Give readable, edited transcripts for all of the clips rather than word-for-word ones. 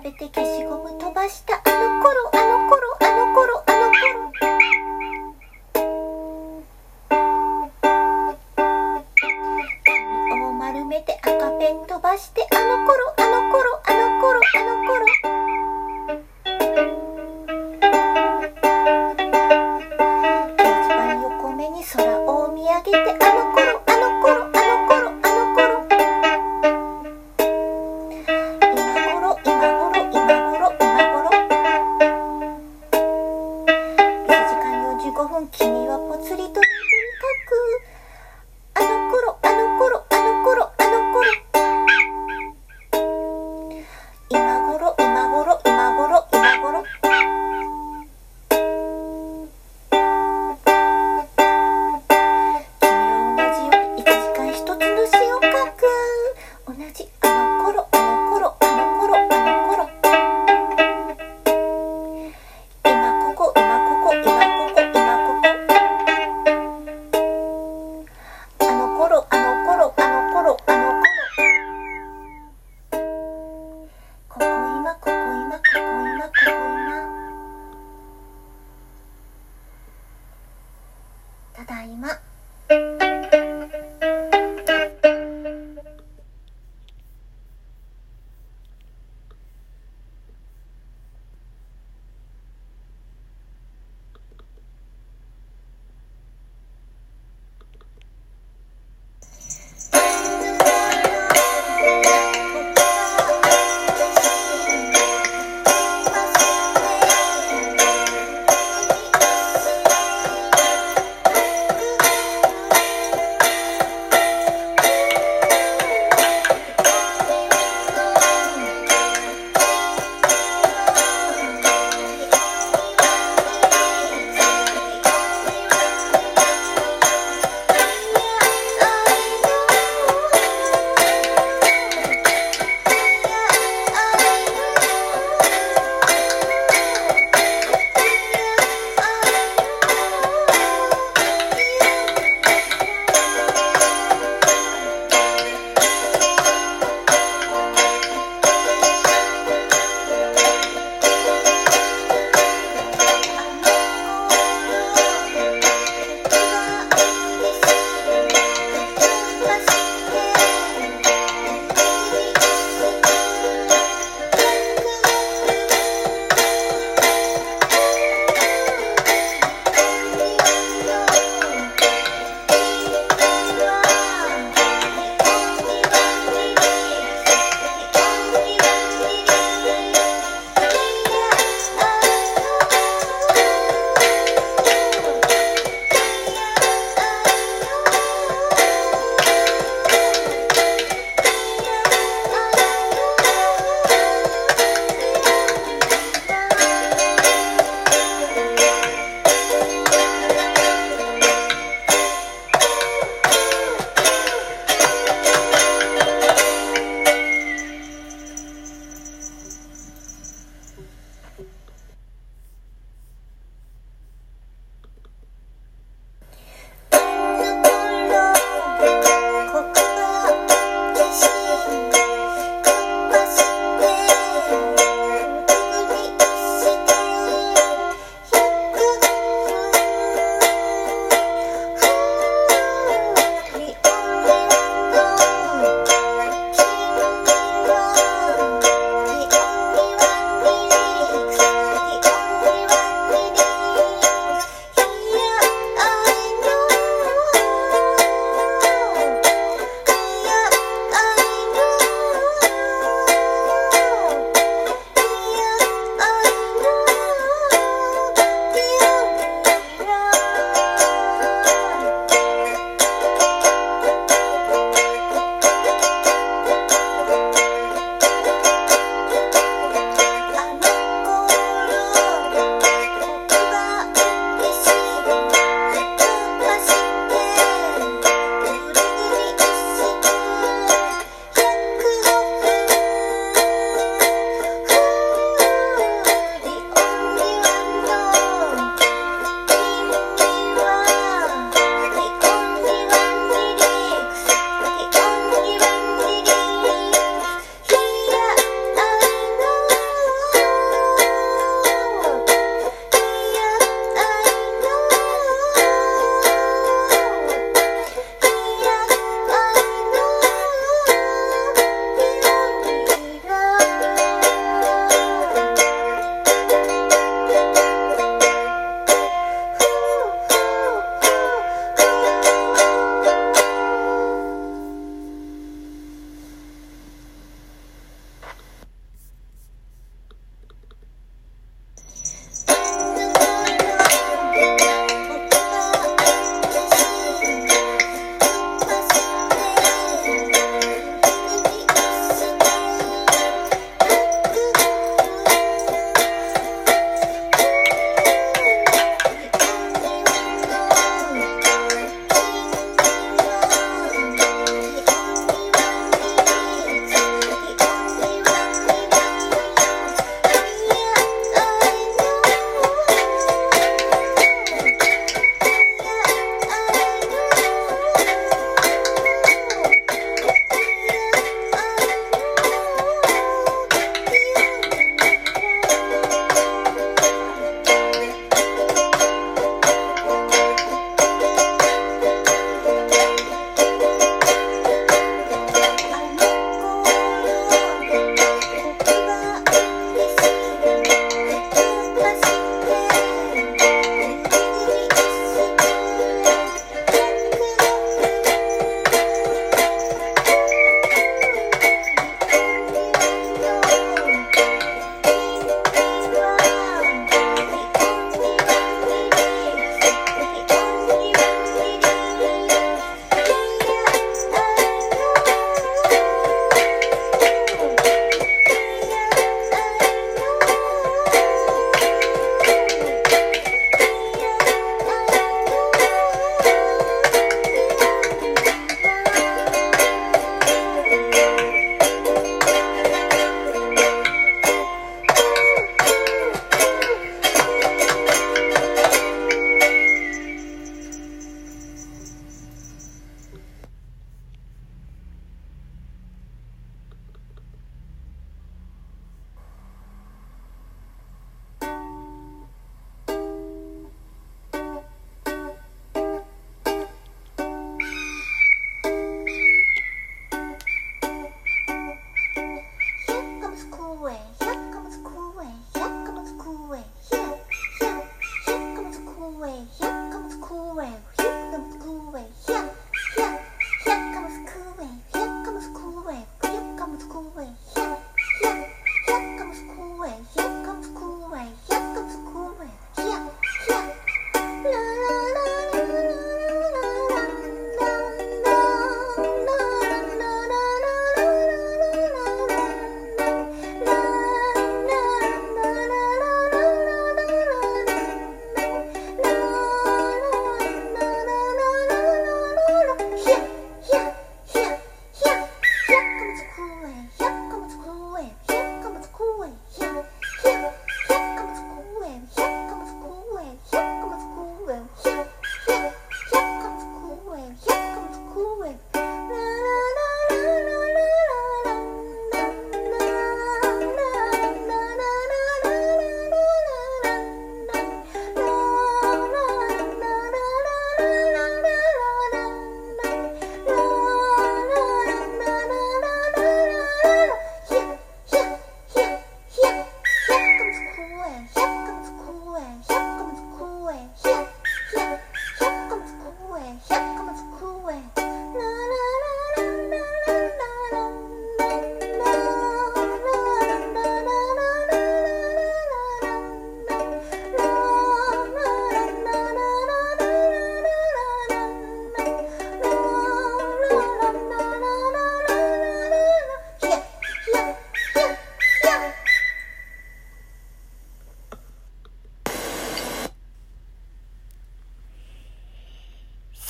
べて消しゴム飛ばしたあの頃あの頃あの頃あの頃、髪を丸めて赤ペン飛ばしてあの頃あの頃あの頃あの頃、掲示板横目に空を見上げてあの頃あの頃あの頃あの頃、今頃今頃今頃今頃、1時間45分君はぽつりと眠りかくあの頃あの頃あの頃あの頃、今頃今頃今頃今頃、君は同じように1時間1つの詩を書く、同じあの頃あの頃あの頃あの頃、今ここ今ここ今ここ今ここ、あの頃あの頃あの頃あの頃、ここ今ここ今ここ今ここ今、ただいま。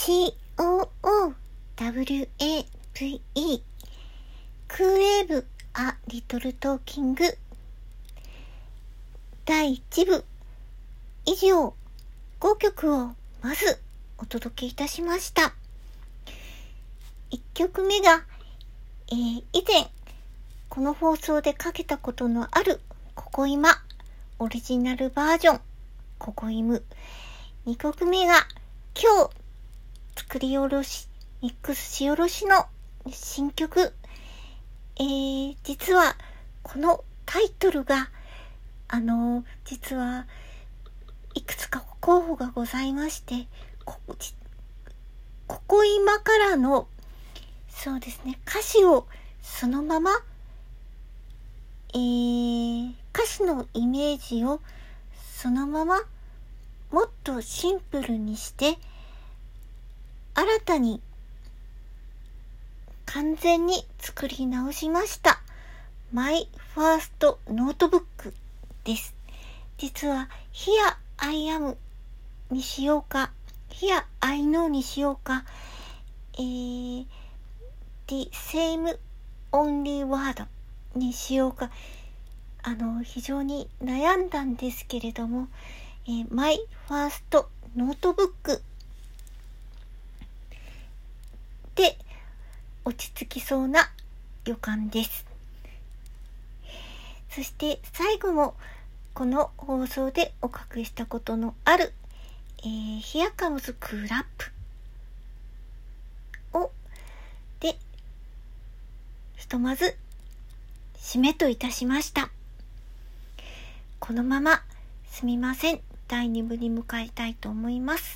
COOWAVE クーレーブアリトルトーキング第1部以上5曲をまずお届けいたしました。1曲目が、以前この放送でかけたことのあるココイマオリジナルバージョンココイム。2曲目が今日作り下ろしミックスし下ろしの新曲。実はこのタイトルが実はいくつか候補がございまして、ここ今からのそうですね、歌詞をそのまま、歌詞のイメージをそのままもっとシンプルにして新たに完全に作り直しました。マイファーストノートブックです。実は Here I am にしようか Here I know にしようか、The same only word にしようか非常に悩んだんですけれども、マイファーストノートブックで落ち着きそうな予感です。そして最後もこの放送でおかけしたことのある、Here Comes Cool Up をでひとまず締めといたしました。このまますみません第2部に向かいたいと思います。